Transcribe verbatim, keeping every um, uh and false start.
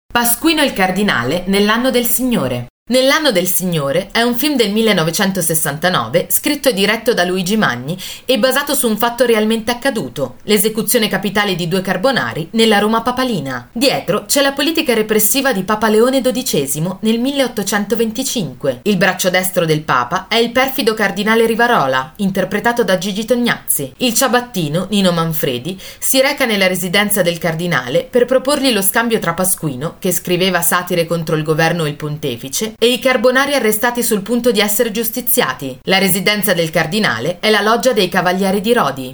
Pasquino il Cardinale nell'anno del Signore. Nell'anno del Signore è un film del millenovecentosessantanove scritto e diretto da Luigi Magni e basato su un fatto realmente accaduto, l'esecuzione capitale di due carbonari nella Roma papalina. Dietro c'è la politica repressiva di Papa Leone dodicesimo nel milleottocentoventicinque. Il braccio destro del Papa è il perfido cardinale Rivarola, interpretato da Gigi Tognazzi. Il ciabattino, Nino Manfredi, si reca nella residenza del cardinale per proporgli lo scambio tra Pasquino, che scriveva satire contro il governo e il pontefice, e i carbonari arrestati sul punto di essere giustiziati. La residenza del cardinale è la loggia dei Cavalieri di Rodi.